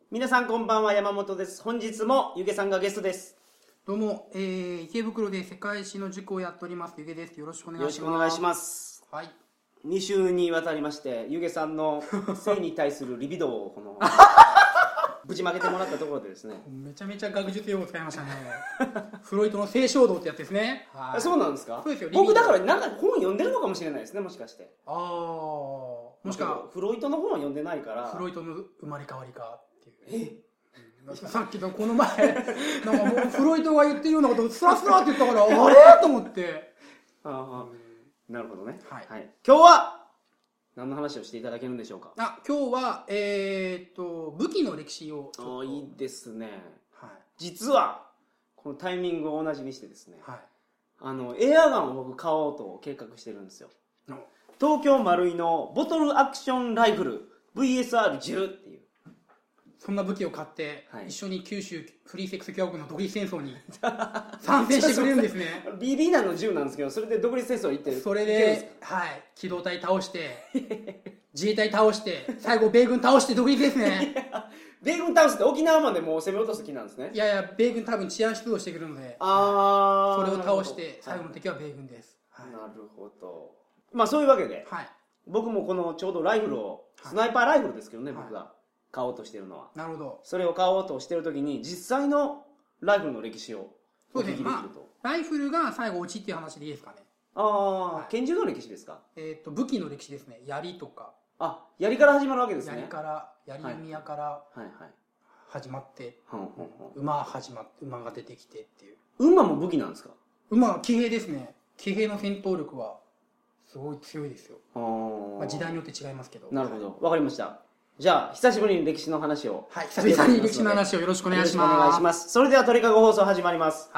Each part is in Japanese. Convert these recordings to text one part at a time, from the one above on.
皆さんこんばんは、山本です。本日もゆげさんがゲストです。 どうも、池袋で世界史の塾をやっておりますゆげです。よろしくお願いします。 よろしくお願いします。 はい。 2週にわたりましてゆげさんの性に対するリビドーをぶちまけてもらったところでですねめちゃめちゃ学術用語使いましたね。フロイトの性衝動ってやつですね。 はい。そうなんですか？ そうですよ。 僕だからなんか本読んでるのかもしれないですね、もしかして。 ああ、もしかフロイトの本は読んでないから。 フロイトの生まれ変わりかっていう。 さっきのこの前なんかもうフロイトが言ってるようなことをスラスラって言ったからあれと思って。 なるほどね。 はい。 今日は何の話をしていただけるんでしょうか？ 今日は武器の歴史をちょっと。 いいですね。 はい。 実はこのタイミングを同じにしてですね。 はい。 エアガンを僕買おうと計画してるんですよ。東京マルイのボトルアクションライフル VSR10 っていう。 そんな武器を買って、 はい、 一緒に九州フリーセックス共和国の独立戦争に参戦してくれるんですね。 BB 弾の銃なんですけど、それで独立戦争行ってる。 それで、はい、機動隊倒して自衛隊倒して最後米軍倒して独立ですね。 米軍倒して沖縄までもう攻め落とす気なんですね。 いやいや、米軍多分治安出動してくるので、それを倒して最後の敵は米軍です。 なるほど。まあそういうわけで、 はい、 僕もこのちょうどライフルを、スナイパーライフルですけどね、僕が買おうとしてるのは。 なるほど。 それを買おうとしてるときに実際のライフルの歴史をお聞きできると。 ライフルが最後落ちっていう話でいいですかね。 拳銃の歴史ですか？ 武器の歴史ですね。槍とか。 槍から始まるわけですね。 槍から槍弓矢から始まって、馬が出てきてっていう。 馬も武器なんですか？ 馬は騎兵ですね。騎兵の戦闘力はすごい強いですよ。時代によって違いますけど。 なるほど、わかりました。じゃあ久しぶりに歴史の話を。 はい、久々に歴史の話をよろしくお願いします。 よろしくお願いします。それでは鳥かご放送始まります。 はい。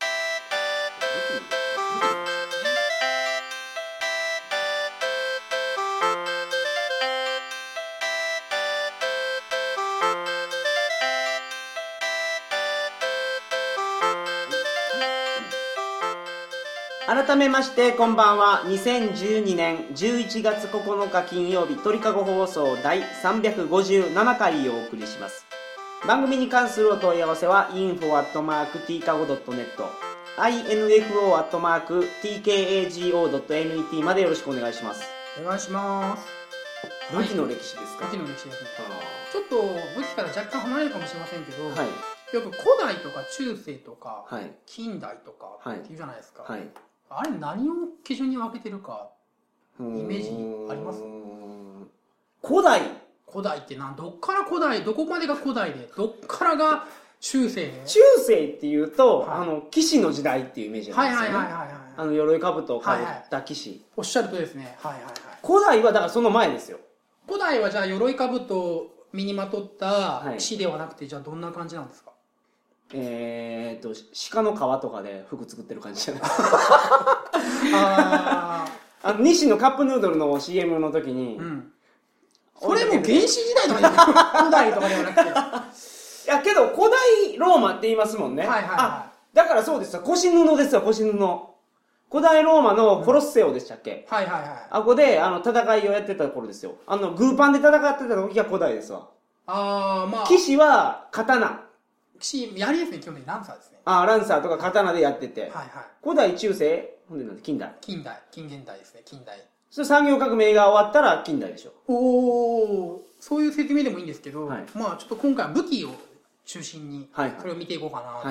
改めましてこんばんは。2012年11月9日金曜日、鳥かご放送第357回をお送りします。番組に関するお問い合わせは info@tkago.net info@tkago.net までよろしくお願いします。 お願いします。 武器の歴史ですか？ 武器の歴史ですね。ちょっと武器から若干離れるかもしれませんけど、よく古代とか中世とか、近代とかっていうじゃないですか。あれ何を基準に分けてるかイメージあります？ 古代ってどっから古代、どこまでが古代でどっからが中世で。 中世っていうと、騎士の時代っていうイメージなんですよね。鎧兜をかぶった騎士。 おっしゃるとですね。 古代はだからその前ですよ。 古代はじゃあ鎧兜を身にまとった騎士ではなくて、じゃあどんな感じなんですか？ 鹿の皮とかで服作ってる感じじゃないですか。日清のカップヌードルの CM の時に、 それも原始時代とかじゃない古代とかではなくて。いやけど古代ローマって言いますもんね。だからそうですよ、腰布ですよ、腰布。古代ローマのコロッセオでしたっけ？あこで戦いをやってた頃ですよ。グーパンで戦ってた時が古代ですわ。騎士は刀。 騎士槍ですね、基本的にランサーですね。 ランサーとか刀でやってて。古代中世ほんでなんで近現代ですね、近代。 それ産業革命が終わったら近代でしょ。 そういう説明でもいいんですけど、ちょっと今回は武器を中心にそれを見ていこうかなと思って。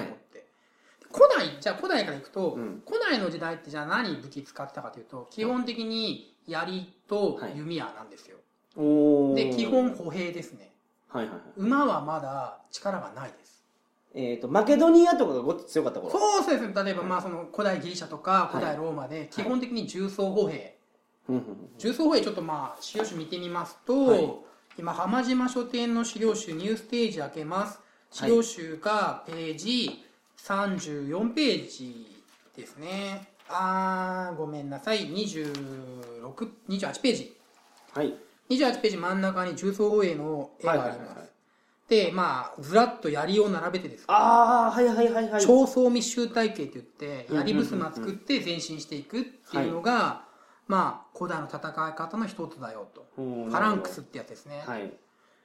古代からいくと、古代の時代ってじゃあ何武器使ってたかというと、基本的に槍と弓矢なんですよ。で、基本歩兵ですね。馬はまだ力がないです。 マケドニアとかがごっつ強かった頃。 そうですね。例えばその古代ギリシャとか古代ローマで基本的に重装歩兵。重装歩兵ちょっと資料集見てみますと、今浜島書店の資料集ニューステージ開けます。資料集がページ34ページですね。ごめんなさい。28ページ。28ページ真ん中に重装歩兵の絵があります。で、ずらっと槍を並べてですね。長装密集隊形といって、槍襖作って前進していくっていうのが、古代の戦い方の一つだよと。ファランクスってやつですね。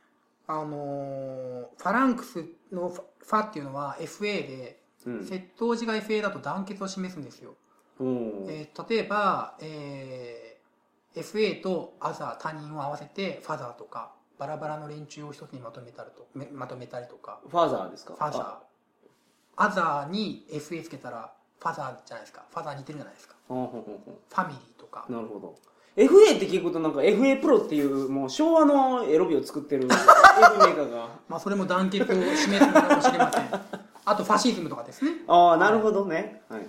ァランクスのファっていうのは FA で、窃盗時が FA だと団結を示すんですよ。例えば、FA とアザー他人を合わせてファザーとかバラバラの連中を一つにまとめたりとか。 ファザーですか？ ファザー。アザーに FA つけたらファザーじゃないですか。ファザー似てるじゃないですか。ファミリーとか。 なるほど。FA って聞くとなんか FA プロっていうもう昭和のエロビを作ってる F メーカーがまあそれも団結を示すのかもしれません。あとファシズムとかですね。 ああ、なるほどね。はいはい。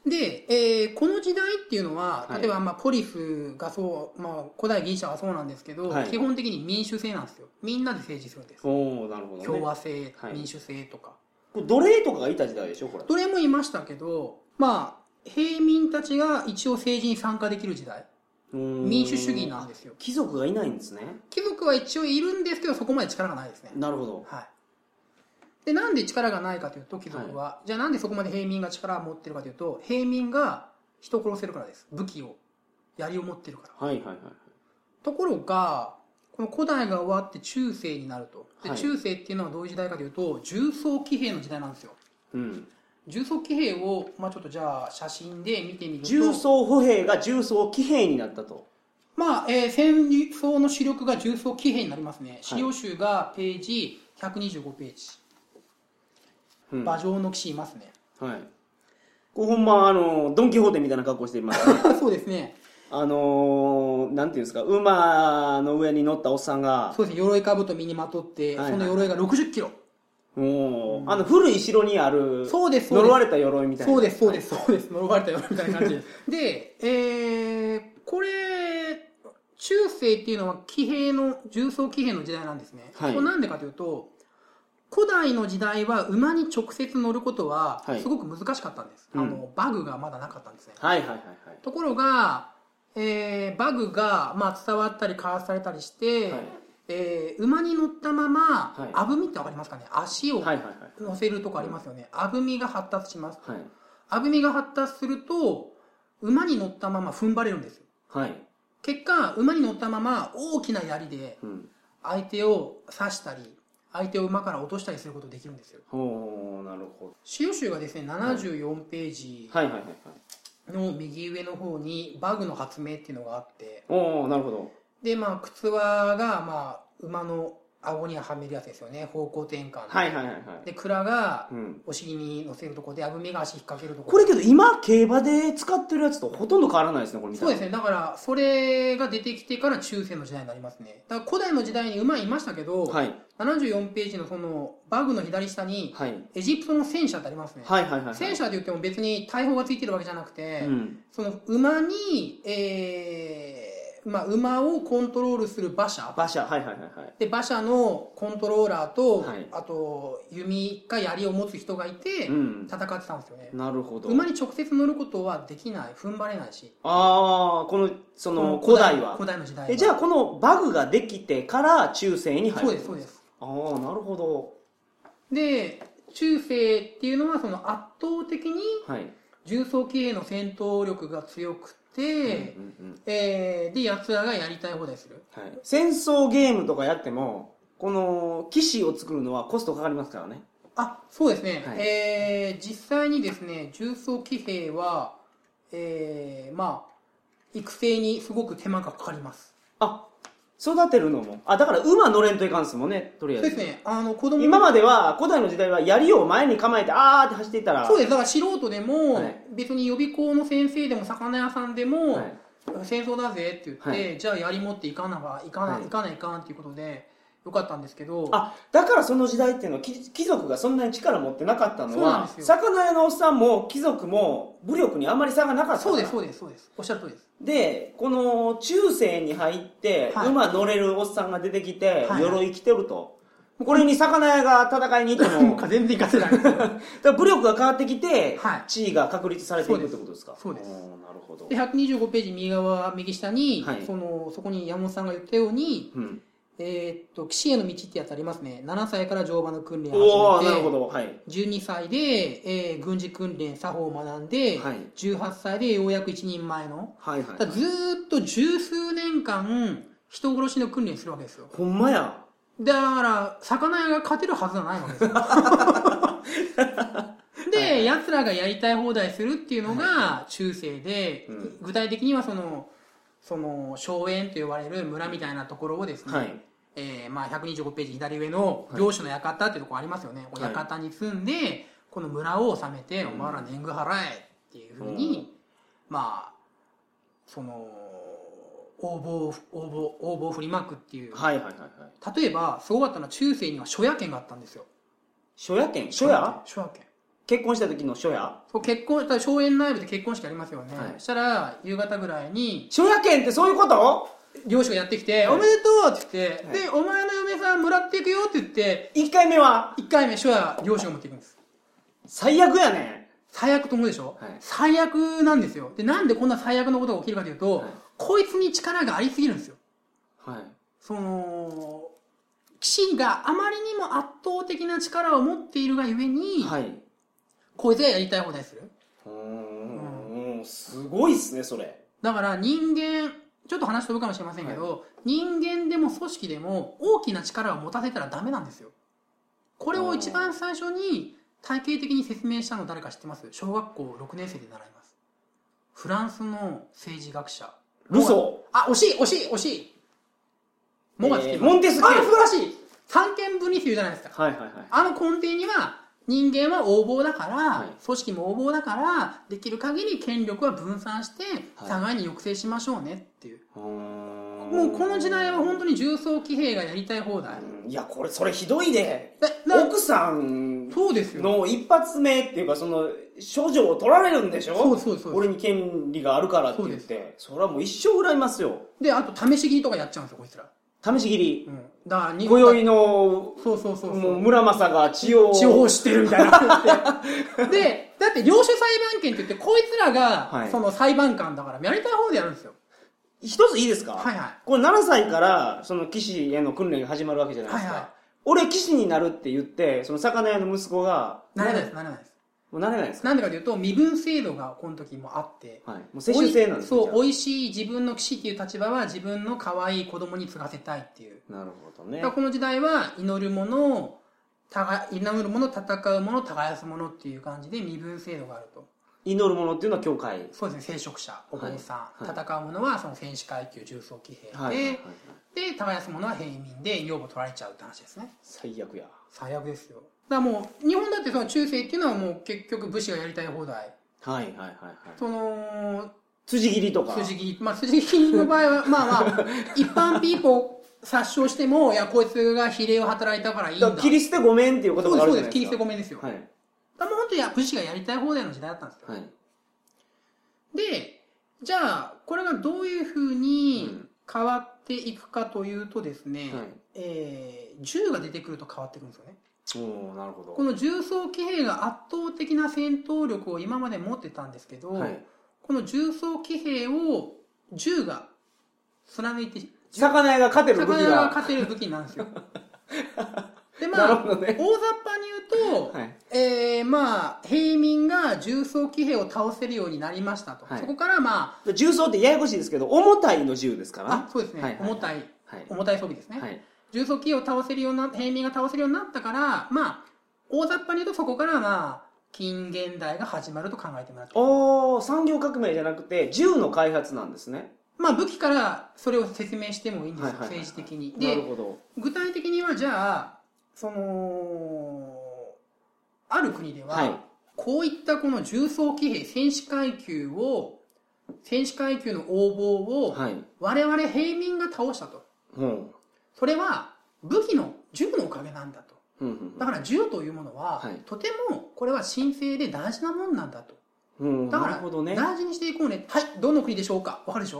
で、この時代っていうのは例えばポリスがそう、古代ギリシャはそうなんですけど、基本的に民主制なんですよ。みんなで政治するんです。 おお、なるほどね。 共和制、民主制とか。 奴隷とかがいた時代でしょこれ。 奴隷もいましたけど、平民たちが一応政治に参加できる時代。民主主義なんですよ。 貴族がいないんですね。 貴族は一応いるんですけどそこまで力がないですね。 なるほど。 はい。でなんで力がないかというと貴族は、じゃあなんでそこまで平民が力を持ってるかというと平民が人を殺せるからです。武器を槍を持ってるから。ところがこの古代が終わって中世になると。で中世っていうのはどういう時代かというと重装騎兵の時代なんですよ。重装騎兵を、ちょっとじゃあ写真で見てみると重装歩兵が重装騎兵になったと。 戦争の主力が重装騎兵になりますね。資料集がページ125ページ。馬上の騎士いますね。 これほんまドン・キホーテみたいな格好していますね。 そうですね。 なんていうんですか、馬の上に乗ったおっさんがそうですね、鎧兜身にまとって、その鎧が60キロ。 古い城にある呪われた鎧みたいな。 そうです呪われた鎧みたいな感じでこれ中世っていうのは重装騎兵の時代なんですね。これなんでかというと古代の時代は馬に直接乗ることはすごく難しかったんです。バグがまだなかったんですね。ところが、バグが伝わったり交わされたりして、馬に乗ったまま、あぶみってわかりますかね。足を乗せるとこありますよね。あぶみが発達します。あぶみが発達すると馬に乗ったまま踏ん張れるんですよ。結果馬に乗ったまま大きな槍で相手を刺したり相手を馬から落としたりすることができるんですよ。 なるほど。 資料集がですね74ページの右上の方にバグの発明っていうのがあって、 なるほど。 で靴輪が馬の顎にはめるやつですよね。方向転換で鞍がお尻に乗せるところであぶみが足引っ掛けるところ。 これけど今競馬で使ってるやつとほとんど変わらないですねこれ。 そうですね。だからそれが出てきてから中世の時代になりますね。だから古代の時代に馬いましたけど、74ページのそのバグの左下にエジプトの戦車ってありますね。戦車で言っても別に大砲がついてるわけじゃなくて、その馬に馬をコントロールする馬車で馬車のコントローラーと、あと弓か槍を持つ人がいて戦ってたんですよね。 なるほど。 馬に直接乗ることはできない、踏ん張れないし。 その古代は古代の時代はじゃあこのバグができてから中世に入る。 そうです。 なるほど。 で中世っていうのはその圧倒的に重装騎兵の戦闘力が強くて、で奴らがやりたい放題する、 戦争ゲームとかやってもこの騎士を作るのはコストかかりますからね。 そうですね、実際にですね重装騎兵は、育成にすごく手間がかかります。 育てるのもだから馬乗れんといかんすもんね。とりあえずそうですね。 今までは古代の時代は槍を前に構えてって走っていったら。 そうです。だから素人でも、別に予備校の先生でも魚屋さんでも、戦争だぜって言って、じゃあ槍持っていかないかんっていうことでよかったんですけど。 だからその時代っていうのは貴族がそんなに力持ってなかったのは、魚屋のおっさんも貴族も武力にあんまり差がなかったから。 そうです。おっしゃる通りです。 でこの中世に入って、馬乗れるおっさんが出てきて、鎧着てると、これに魚屋が戦いに行っても全然活かせないだから武力が変わってきて、地位が確立されていくってことですか。 そうです。 なるほど。 で125ページ右下に、そこに山本さんが言ったように、騎士への道ってやつありますね。7歳から乗馬の訓練を始めて、12歳で、軍事訓練作法を学んで、18歳でようやく一人前の、ずーっと十数年間人殺しの訓練するわけですよ。 ほんまや。 だから、魚屋が勝てるはずはないわけですよ。で、奴らがやりたい放題するっていうのが中世で、具体的にはその荘園と呼ばれる村みたいなところをですね、125ページ左上の領主の館っていうところありますよね。館に住んで、この村を治めて、お前ら年貢払えっていうふうに、応募を振りまくっていう。例えば、すごかったのは中世には諸夜券があったんですよ。 諸夜券？諸夜券。結婚した時の諸夜？ そう、荘園内部で結婚式ありますよね。そしたら、夕方ぐらいに。 諸夜券ってそういうこと？ 領主がやってきて、おめでとうって言って、で、お前の嫁さんもらっていくよって言って、 1回目は？ 1回目、諸夜、領主が持っていくんです。 最悪やね。 最悪と思うでしょ？最悪なんですよ。で、なんでこんな最悪のことが起きるかというと、こいつに力がありすぎるんですよ。騎士があまりにも圧倒的な力を持っているがゆえに、こいつがやりたい放題する。 すごいっすね、それ。 だから人間、ちょっと話飛ぶかもしれませんけど、人間でも組織でも大きな力を持たせたらダメなんですよ。これを一番最初に体系的に説明したの誰か知ってます？小学校6年生で習います。フランスの政治学者。 ルソー。惜しいモンテスキュー。素晴らしい。三権分離って言うじゃないですか。あの根底には、人間は横暴だから、組織も横暴だから、できる限り権力は分散して、互いに抑制しましょうねっていう。もうこの時代は本当に重装騎兵がやりたい放題。 いや、それひどいで。奥さんの一発目っていうか、その、処女を取られるんでしょ？そう。俺に権利があるからって言って。それはもう一生恨みますよ。 で、あと試し切りとかやっちゃうんですよ、こいつら。 試し切り。 だから今宵の、もう村正が血を欲してるみたいな。で、だって領主裁判権って言って、こいつらが、その裁判官だから、やりたい方でやるんですよ。 一ついいですか？これ7歳から、その騎士への訓練が始まるわけじゃないですか。俺騎士になるって言って、その魚屋の息子が、 なれないです。 もうなれないですか？ なんでかというと、身分制度がこの時もあって、 もう世襲制なんですね。 そう、美味しい自分の騎士っていう立場は自分の可愛い子供に継がせたいっていう。 なるほどね。 この時代は祈るもの、戦うもの、耕すものっていう感じで身分制度があると。 祈るものっていうのは教会。 そうですね、聖職者、お坊さん。戦うものはその戦士階級、重装騎兵で、で、耕すものは平民で女房取られちゃうって話ですね。 最悪や。 最悪ですよ。だからもう、日本だってその中世っていうのはもう結局武士がやりたい放題。その、 辻切りとか。 辻切りの場合は、一般ピーポー殺傷しても、いや、こいつが比例を働いたからいいんだ。 切り捨てごめんっていうことがあるじゃないですか。 そうです、切り捨てごめんですよ。だからもう本当に武士がやりたい放題の時代だったんですよ。で、じゃあ、これがどういうふうに変わっていくかというとですね、銃が出てくると変わってくるんですよね。 なるほど。 この重装騎兵が圧倒的な戦闘力を今まで持ってたんですけど、この重装騎兵を銃が貫いて、 魚屋が勝てる武器なんですよ。で、大雑把に言うと、平民が重装騎兵を倒せるようになりましたと。そこから重装ってややこしいですけど、重たいの銃ですからね。 そうですね。重たい装備ですね。重装騎兵を倒せるような、平民が倒せるようになったから、大雑把に言うとそこから近現代が始まると考えてもらって。 産業革命じゃなくて、銃の開発なんですね。 武器からそれを説明してもいいんですよ、政治的に。で、具体的にはじゃあ、ある国では、こういったこの重装騎兵、戦士階級の横暴を、我々平民が倒したと。それは武器の銃のおかげなんだと。だから銃というものは、とてもこれは神聖で大事なもんなんだと。だから大事にしていこうね。はい、どの国でしょうか？わかるでしょ？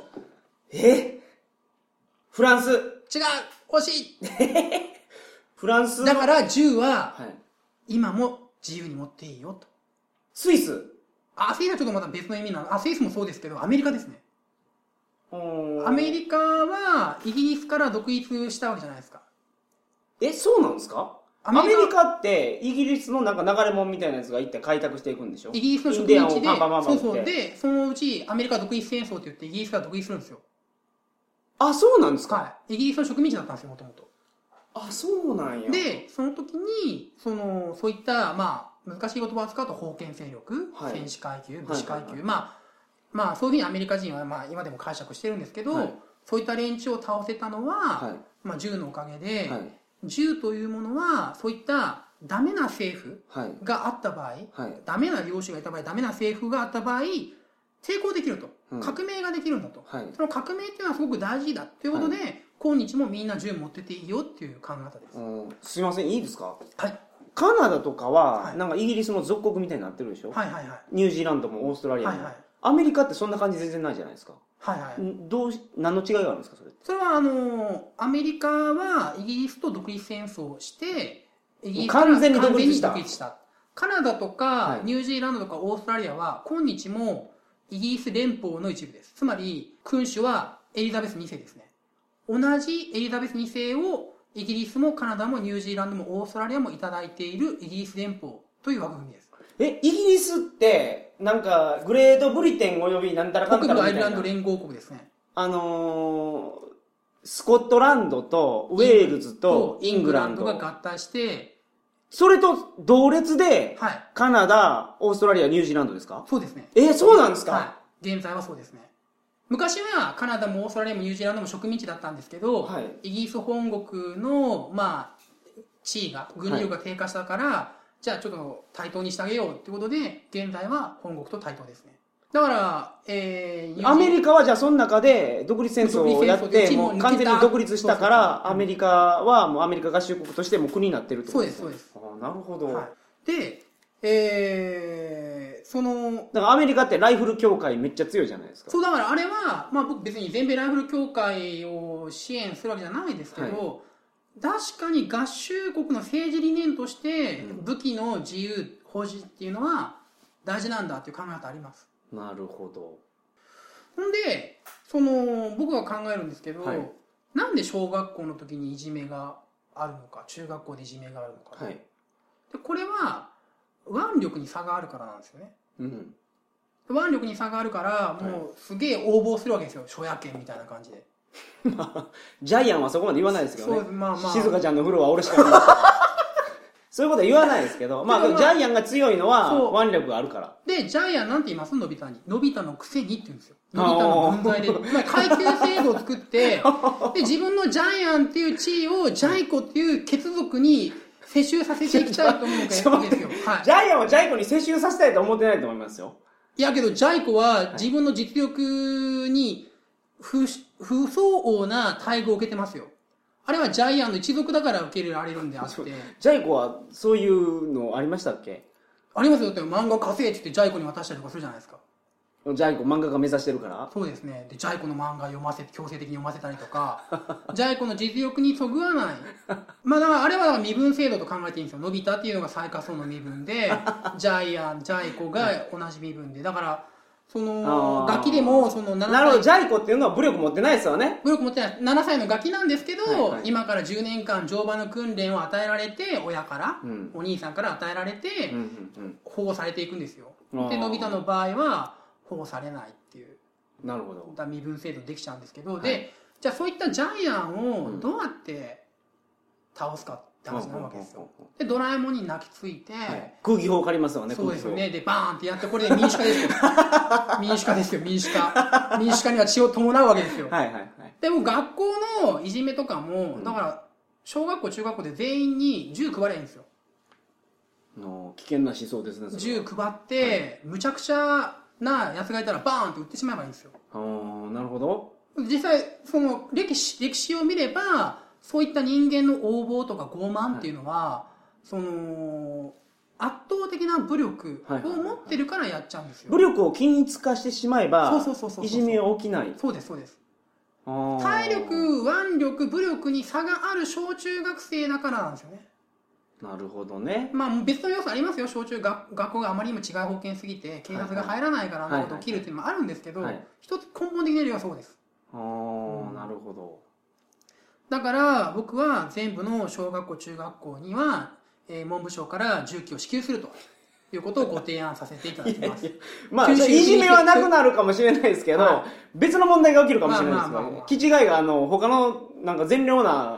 フランス。違う、 惜しい。 フランス。 だから銃は今も自由に持っていいよと。 スイス。 スイスはちょっとまた別の意味なの。スイスもそうですけど、アメリカですね。アメリカはイギリスから独立したわけじゃないですか。 そうなんですか？アメリカってイギリスのなんか流れ物みたいなやつが一体開拓していくんでしょ？ イギリスの植民地で、で、そのうちアメリカ独立戦争って言ってイギリスが独立するんですよ。 そうなんですか？ イギリスの植民地だったんですよ、もともと。 あ、そうなんや。 で、その時に、そういった、まあ、難しい言葉を使うと、封建勢力、戦士階級、武士階級、まあ、そういうふうにアメリカ人は、まあ、今でも解釈してるんですけど、そういった連中を倒せたのは、まあ、銃のおかげで、銃というものは、そういったダメな政府があった場合、ダメな領主がいた場合、ダメな政府があった場合、抵抗できると。革命ができるんだと。その革命っていうのはすごく大事だということで、今日もみんな銃持ってていいよっていう考え方です。すいません、いいですか？ はい。 カナダとかは、なんかイギリスの属国みたいになってるでしょ？ニュージーランドもオーストラリアも。アメリカってそんな感じ全然ないじゃないですか。何の違いがあるんですか、それ？ それはアメリカはイギリスと独立戦争をして、イギリス完全に独立した。 カナダとかニュージーランドとかオーストラリアは今日もイギリス連邦の一部です。つまり君主はエリザベス2世ですね。同じエリザベス2世をイギリスもカナダもニュージーランドもオーストラリアもいただいているイギリス連邦という枠組みです。 イギリスってなんかグレートブリテンおよびなんたらかんたらみたいな、 北部アイルランド連合国ですね。 スコットランドとウェールズとイングランドが合体して、 それと同列で、カナダ、オーストラリア、ニュージーランドですか？ そうですね。 そうなんですか？ 現在はそうですね。昔はカナダもオーストラリアもニュージーランドも植民地だったんですけど、イギリス本国の、まあ、地位が、軍事力が低下したから、じゃあちょっと対等にしてあげようってことで、現在は本国と対等ですね。だから、 アメリカはじゃあその中で独立戦争をやって、もう完全に独立したから、アメリカはもうアメリカ合衆国としても国になってるってことですね。 そうです、そうです。 なるほど。 で、 だからアメリカってライフル協会めっちゃ強いじゃないですか。 そう、だからあれは、まあ僕別に全米ライフル協会を支援するわけじゃないですけど、確かに合衆国の政治理念として武器の自由、保持っていうのは大事なんだっていう考え方あります。 なるほど。 ほんで、僕が考えるんですけど、なんで小学校の時にいじめがあるのか、中学校でいじめがあるのか、でこれは腕力に差があるからなんですよね。腕力に差があるから、もうすげえ応募するわけですよ、初夜券みたいな感じで。 ジャイアンはそこまで言わないですけどね。 まあ、 静香ちゃんの風呂は俺しかいない。そういうことは言わないですけど、まあ、ジャイアンが強いのは腕力があるから。 で、ジャイアンなんて言います？のび太に。のび太のくせにって言うんですよ。のび太の分際で。つまり階級制度を作って、で、自分のジャイアンっていう地位をジャイコっていう血族に世襲させていきたいと思うわけですよ。 ジャイアンはジャイコに世襲させたいと思ってないと思いますよ。 いやけど、ジャイコは自分の実力に不相応な待遇を受けてますよ。あれはジャイアンの一族だから受け入れられるんであって。 ジャイコはそういうのありましたっけ？ ありますよ。だって漫画稼いって言ってジャイコに渡したりとかするじゃないですか。 ジャイコ漫画家目指してるから？ そうですね。で、ジャイコの漫画強制的に読ませたりとか、ジャイコの実力にそぐわない。まあだからあれは身分制度と考えていいんですよ。のび太っていうのが最下層の身分で、ジャイコが同じ身分で。だから、ガキでも、7歳。 なるほど、ジャイコっていうのは武力持ってないですよね。 武力持ってない。7歳のガキなんですけど、今から10年間乗馬の訓練を与えられて、親から、お兄さんから与えられて、保護されていくんですよ。で、のび太の場合は、保護されないっていう。 なるほど。 身分制度できちゃうんですけど、で、じゃあそういったジャイアンをどうやって倒すかって話になるわけですよ。で、ドラえもんに泣きついて、 空気砲借りますよね。 そうですよね。で、バーンってやって、これで民主化ですよ。民主化ですよ、民主化。民主化には血を伴うわけですよ。でも学校のいじめとかも、だから、小学校、中学校で全員に銃配ればいいんですよ。 危険な思想ですね。 銃配って、むちゃくちゃなやつがいたらバーンって撃ってしまえばいいんですよ。 なるほど。 実際、歴史を見れば、そういった人間の横暴とか傲慢っていうのは、圧倒的な武力を持ってるからやっちゃうんですよ。 武力を均一化してしまえば、いじめは起きない。 そうです、そうです。体力、腕力、武力に差がある小中学生だからなんですよね。 なるほどね。 まあ別の要素ありますよ。小中学校があまりにも違い保険すぎて、警察が入らないからあんなこと起きるっていうのもあるんですけど、一つ根本的な理由はそうです。 なるほど。 だから僕は全部の小学校中学校には、文部省から銃器を支給するということをご提案させていただきます。 まあいじめはなくなるかもしれないですけど、別の問題が起きるかもしれないですけど、気違いが他のなんか善良な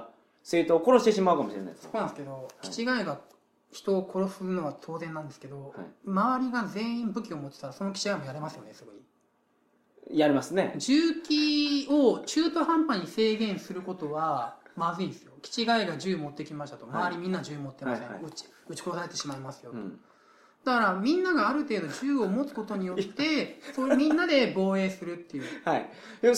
生徒を殺してしまうかもしれないです。 そうなんですけど、キチガイが人を殺すのは当然なんですけど、周りが全員武器を持ってたらそのキチガイもやれますよね、すぐに。 やりますね。 銃器を中途半端に制限することはまずいんですよ。キチガイが銃持ってきましたと、周りみんな銃持ってません、撃ち殺されてしまいますよと、だからみんながある程度銃を持つことによってそれみんなで防衛するっていうはい。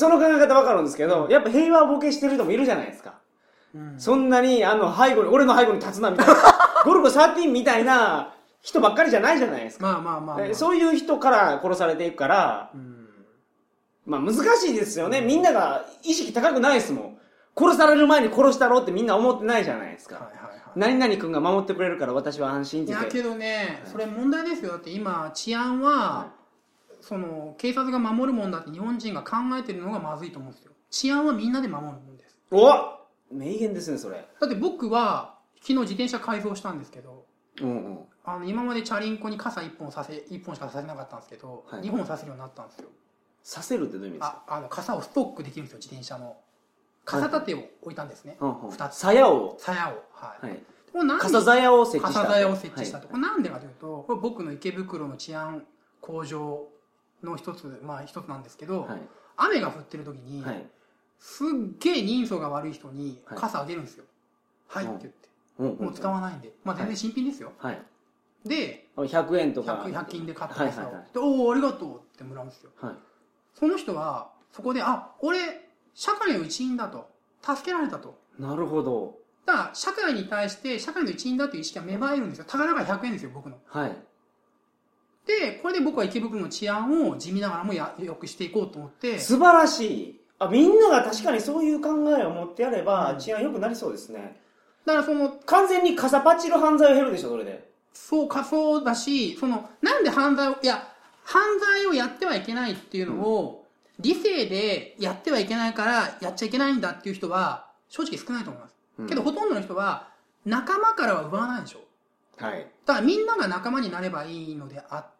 その考え方わかるんですけど、やっぱ平和ボケしてる人もいるじゃないですか。そんなに俺の背後に立つなみたいなゴルゴ13みたいな人ばっかりじゃないじゃないですか。そういう人から殺されていくから、まあ難しいですよね。みんなが意識高くないですもん。殺される前に殺したろうってみんな思ってないじゃないですか。何々君が守ってくれるから私は安心って言って。 いやけどね、それ問題ですよ。だって今治安は、その警察が守るもんだって日本人が考えてるのがまずいと思うんですよ。治安はみんなで守るもんです。 名言ですねそれ。 だって僕は昨日自転車改造したんですけど、今までチャリンコに傘1本しかさせなかったんですけど、2本させるようになったんですよ。 させるってどういう意味ですか？ 傘をストックできるんですよ。自転車の傘立てを置いたんですね。2つ。 鞘を。 はい。 傘鞘を設置した。 傘鞘を設置したと。これなんでかというと、これ僕の池袋の治安向上の一つなんですけど、雨が降ってる時に、すっげえ人相が悪い人に傘あげるんですよ。はいって言って。もう使わないんで。まあ全然新品ですよ。で、 100円とか。 100均で買った傘を。で、おーありがとうってもらうんですよ。その人は、そこで、俺、社会の一員だと。助けられたと。 なるほど。 だから、社会に対して社会の一員だという意識が芽生えるんですよ。たかだか100円ですよ、僕の。で、これで僕は池袋の治安を地味ながらも良くしていこうと思って。 素晴らしい。みんなが確かにそういう考えを持ってやれば、治安良くなりそうですね。 だから完全に傘パチる犯罪を減るでしょ、それで。 そうだし、なんで犯罪をやってはいけないっていうのを、理性でやってはいけないからやっちゃいけないんだっていう人は正直少ないと思います。けどほとんどの人は仲間からは奪わないでしょ。だからみんなが仲間になればいいのであって、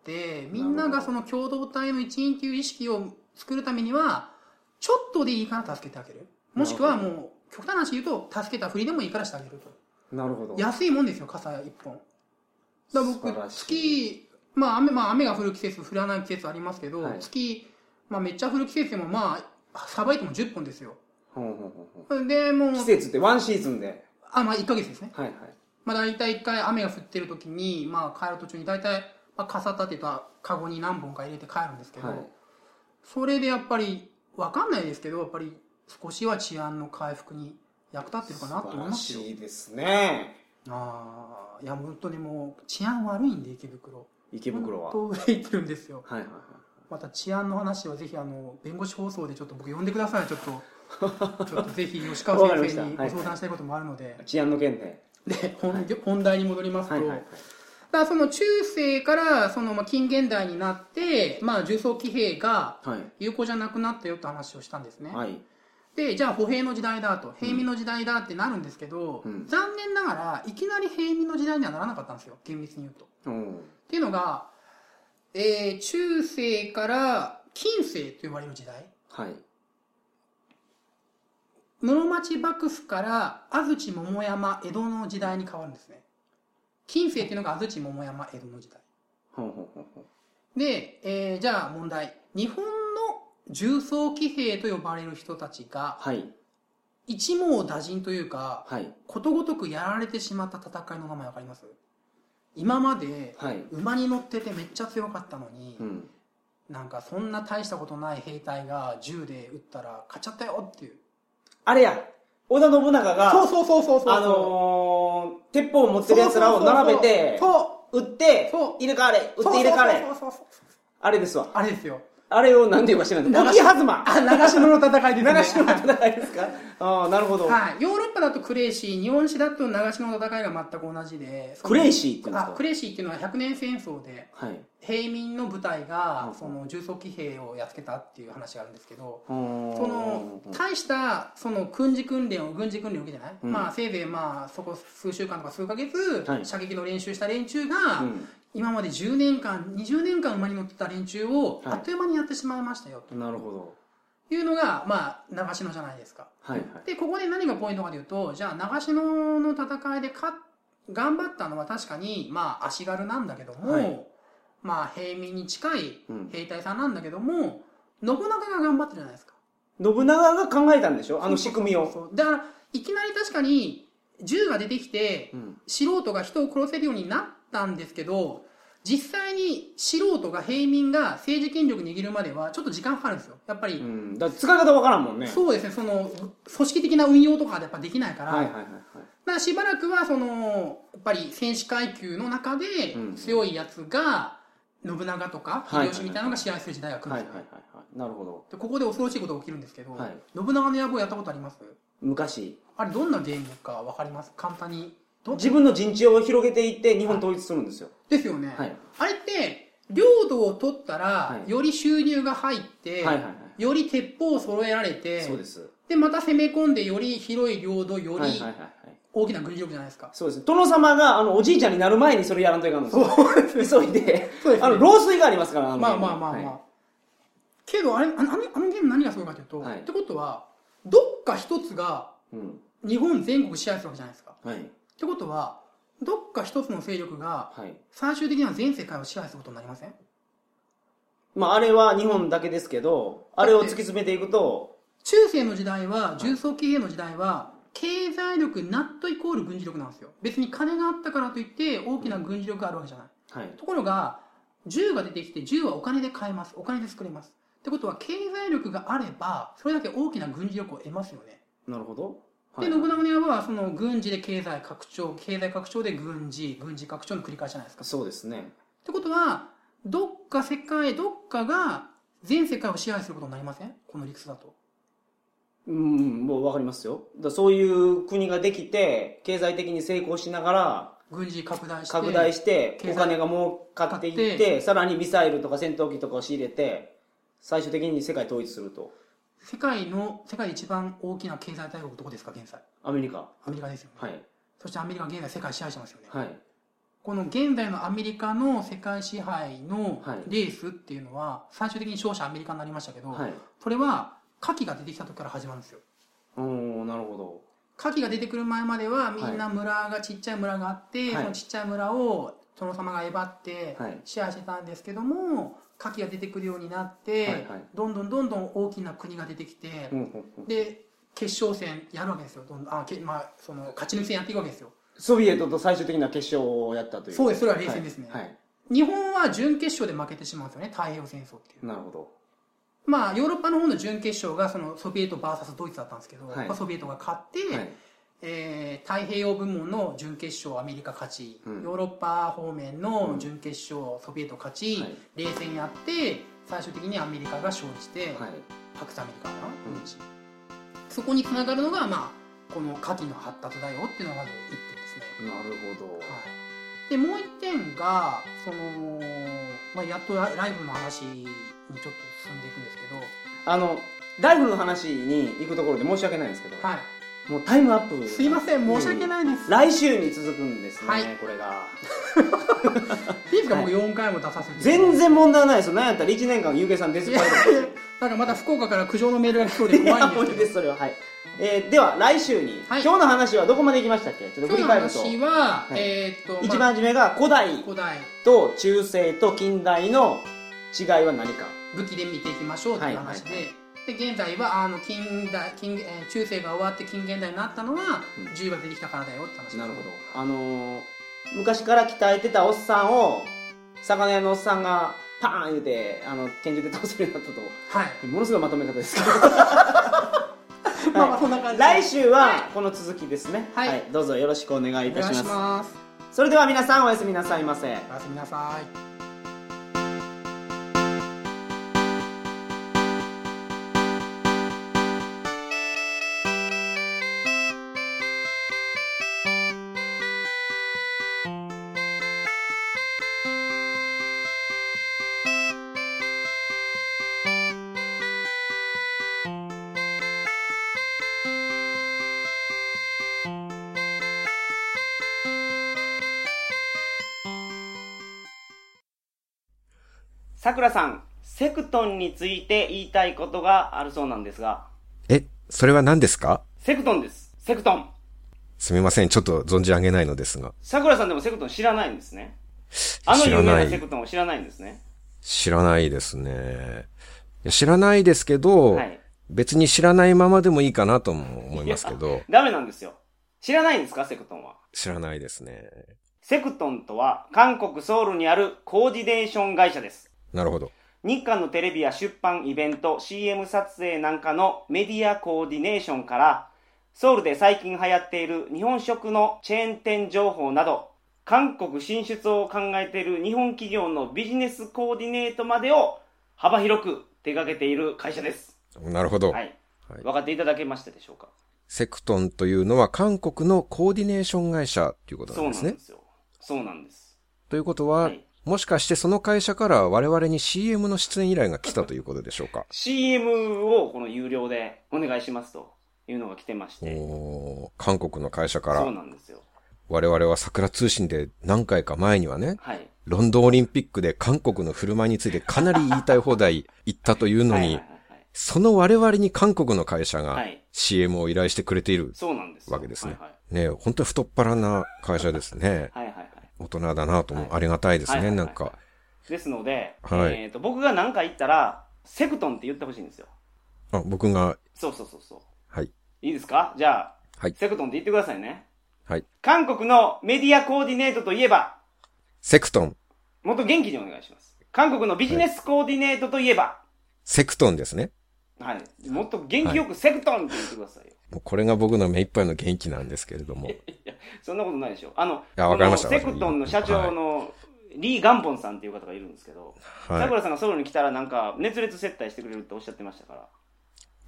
みんながその共同体の一員っていう意識を作るためには、ちょっとでいいから助けてあげる。もしくはもう極端な話言うと、助けたふりでもいいからしてあげると。 なるほど。 安いもんですよ、傘1本。だから僕、月、雨が降る季節、降らない季節ありますけど、月、めっちゃ降る季節でもさばいても10本ですよ。で、もう。 季節ってワンシーズンで。 1ヶ月ですね。大体1回雨が降ってる時に、帰る途中に大体、傘立てとカゴに何本か入れて帰るんですけど、それでやっぱり、わかんないですけど、やっぱり少しは治安の回復に役立ってるかなと思いますよ。 素晴らしいですね。 いや、本当にもう、治安悪いんで、池袋は。本当、憂いてるんですよ。また治安の話はぜひ弁護士放送でちょっと僕呼んでください。ちょっとぜひ吉川先生にご相談したいこともあるので。 治安の件で。 本題に戻りますと、だからその中世から近現代になって、重装騎兵が有効じゃなくなったよって話をしたんですね。で、じゃあ歩兵の時代だと、平民の時代だってなるんですけど、残念ながらいきなり平民の時代にはならなかったんですよ、厳密に言うと。っていうのが、中世から近世と呼ばれる時代、室町幕府から安土桃山江戸の時代に変わるんですね。近世っていうのが安土桃山江戸の時代で、じゃあ問題、日本の重装騎兵と呼ばれる人たちが、一網打尽というか、ことごとくやられてしまった戦いの名前わかります？今まで馬に乗っててめっちゃ強かったのに、なんかそんな大したことない兵隊が銃で撃ったら勝っちゃったよっていう。 あれや、織田信長が鉄砲を持ってるやつらを並べて撃って入れ替われ撃って入れ替われ、あれですわ。 あれですよ。 あれを何ていうか知らない。長篠の戦いですね。 長篠の戦いですか？なるほど。 ヨーロッパだとクレイシー、日本史だと長篠の戦いが全く同じで。 クレイシーって言うんですか？ クレイシーっていうのは100年戦争で、平民の部隊が重装騎兵をやっつけたっていう話があるんですけど、大した軍事訓練を受けてない、せいぜいそこ数週間とか数ヶ月、射撃の練習した連中が、今まで10年間20年間馬に乗ってた連中をあっという間にやってしまいましたよと。 なるほど。 いうのが、まあ、長篠じゃないですか。 はいはい。 で、ここで何がポイントかというと、じゃあ、長篠の戦いで頑張ったのは確かに、まあ、足軽なんだけども、はい、まあ、平民に近い兵隊さんなんだけども、信長が頑張ったじゃないですか。 信長が考えたんでしょ、あの仕組みを。 そうだから、いきなり確かに、銃が出てきて、素人が人を殺せるようになったんですけど、実際に素人が平民が政治権力握るまではちょっと時間かかるんですよ。やっぱり。 だって使い方わからんもんね。 そうですね。その、組織的な運用とかでやっぱできないから。 はいはいはい、はい。 だからしばらくはその、やっぱり戦士階級の中で強いやつが、信長とか秀吉みたいなのが支配する時代が来るんですよ。はいはいはいはい。なるほど。で、ここで恐ろしいことが起きるんですけど、はい、信長の野望やったことあります？ 昔。 あれどんなゲームかわかります？簡単に。 自分の陣地を広げていって日本統一するんですよ。 ですよね。はい、あれって、領土を取ったら、より収入が入って、より鉄砲を揃えられて、 そうです。 で、また攻め込んで、より広い領土、より大きな軍事力じゃないですか。 そうです。殿様が、おじいちゃんになる前にそれやらんといかんのですよ。急いで。そうです、ね。漏水がありますから、 まあまあまあまあ。はい、けど、あのゲーム何がすごいかというと、はい、ってことは、どっか一つが、日本全国支配するわけじゃないですか。はい、ってことは、どっか一つの勢力が、最終的には全世界を支配することになりません？ まあ、あれは日本だけですけど、あれを突き詰めていくと、 中世の時代は、重装騎兵の時代は、経済力、ナットイコール軍事力なんですよ。別に金があったからといって大きな軍事力があるわけじゃない。はい、ところが、銃が出てきて、銃はお金で買えます。お金で作れます。ってことは、経済力があれば、それだけ大きな軍事力を得ますよね。 なるほど。 で、信長の野望は、その軍事で経済拡張、経済拡張で軍事拡張の繰り返しじゃないですか。 そうですね。 ってことは、どっかが全世界を支配することになりません？この理屈だと。 もうわかりますよ。そういう国ができて、経済的に成功しながら、 軍事拡大して、お金が儲かっていって、さらにミサイルとか戦闘機とかを仕入れて、最終的に世界統一すると。 世界で一番大きな経済大国どこですか、現在？ アメリカですよね。はい。そしてアメリカは現在世界支配してますよね。 はい。 この現在のアメリカの世界支配のレースっていうのは、最終的に勝者アメリカになりましたけど、はい、それは、火器が出てきた時から始まるんですよ。 なるほど。 火器が出てくる前まではみんなちっちゃい村があって、はい、そのちっちゃい村を殿様がえばって支配してたんですけども、火器が出てくるようになって、はいはい、どんどん大きな国が出てきて、で、決勝戦やるわけですよ。その勝ち抜き戦やっていくわけですよ。 ソビエトと最終的な決勝をやったという。 そうです、それは冷戦ですね。はいはい、日本は準決勝で負けてしまうんですよね、太平洋戦争っていう。 なるほど。 まあ、ヨーロッパの方の準決勝がそのソビエト VS ドイツだったんですけど、はい、ソビエトが勝って、はい、太平洋部門の準決勝アメリカ勝ち、ヨーロッパ方面の準決勝ソビエト勝ち、冷戦やって最終的にアメリカが勝利して、パクスアメリカかな、そこにつながるのが、まあ、この火器の発達だよっていうのがまず1点ですね。 なるほど。はいでもう1点がその、まあ、やっとライブの話にちょっと進んでいくんですけど、 ライブの話に行くところで申し訳ないんですけど、はい、もうタイムアップ。 すいません、申し訳ないです。 来週に続くんですね、はい、これが。 いいですか、僕4回も出させて。 全然問題ないですよ。なんやったら1年間、ゆうけいさん出ずっぱりで。 なんかまた福岡から苦情のメールが来そうで怖いんですけど。 いや、もういいです、それは。はい。では、来週に、今日の話はどこまで行きましたっけ？ちょっと振り返ると。 今日の話は、 一番初めが古代と中世と近代の違いは何か。 武器で見ていきましょうっていう話で、で現在は中世が終わって近現代になったのは、銃が出てきたからだよって話です。 なるほど。昔から鍛えてたおっさんを魚屋のおっさんがパーン言うて拳銃で倒せるようになったと。はい。ものすごいまとめ方ですけど。 まあそんな感じで。 来週はこの続きですね。はい。どうぞよろしくお願いいたします。 お願いします。 それでは皆さんおやすみなさいませ。 おやすみなさい。 さくらさん、 セクトンについて言いたいことがあるそうなんですが。 それは何ですか？ セクトンです。セクトン。 すみません、ちょっと存じ上げないのですが。 桜さんでもセクトン知らないんですね。有名なセクトンを知らないんですね。 知らないですね。知らないですけど、はい、別に知らないままでもいいかなとも思いますけど。 ダメなんですよ。知らないんですか、セクトンは。 知らないですね。 セクトンとは韓国ソウルにあるコーディネーション会社です。 なるほど。 日韓のテレビや出版イベント、CM 撮影なんかのメディアコーディネーションから、ソウルで最近流行っている日本食のチェーン店情報など、韓国進出を考えている日本企業のビジネスコーディネートまでを幅広く手掛けている会社です。 なるほど。 はい。分かっていただけましたでしょうか？ セクトンというのは韓国のコーディネーション会社ということなんですね。 そうなんですよ。そうなんです。 ということは、はい、もしかしてその会社から我々に CM の出演依頼が来たということでしょうか？ CM をこの有料でお願いしますというのが来てまして。 韓国の会社から。 そうなんですよ。 我々は桜通信で何回か前にはね、 はい、 ロンドンオリンピックで韓国の振る舞いについてかなり言いたい放題言ったというのに、その我々に韓国の会社が CM を依頼してくれているわけですね。ねえ、本当に太っ腹な会社ですね。 はいはいはい。 大人だなともありがたいですね、なんか。 ですので、 はい、 僕が何か言ったら、セクトンって言ってほしいんですよ。 あ、僕が。 そう。 はい。 いいですか？じゃあ、 はい、 セクトンって言ってくださいね。 はい。 韓国のメディアコーディネートといえば、 セクトン。 もっと元気にお願いします。韓国のビジネスコーディネートといえば、 セクトンですね。 はい。もっと元気よくセクトンって言ってくださいよ。 もうこれが僕の目いっぱいの元気なんですけれども。 いや、そんなことないでしょ。 わかりました。 セクトンの社長のリー・ガンポンさんっていう方がいるんですけど、桜さんがソウルに来たらなんか熱烈接待してくれるっておっしゃってましたから。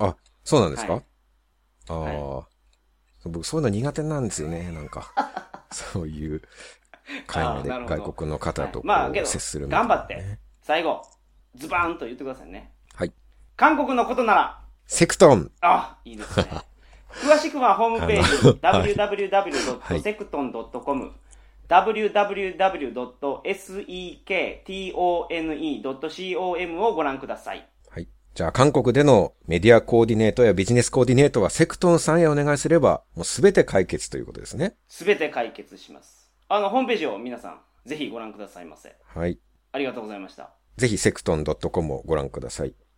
あ、そうなんですか？ はい、 僕そういうの苦手なんですよね、なんか。そういう会話で外国の方と接するみたいな、ね。 頑張って、最後、ズバーンと言ってくださいね。 はい。 韓国のことなら、 セクトン。 あ、いいですね。詳しくはホームページ、www.secton.com、www.sekton.com をご覧ください。 はい。じゃあ、韓国でのメディアコーディネートやビジネスコーディネートはセクトンさんへお願いすれば、もうすべて解決ということですね。 すべて解決します。ホームページを皆さん、ぜひご覧くださいませ。 はい。 ありがとうございました。 ぜひ、secton.com をご覧ください。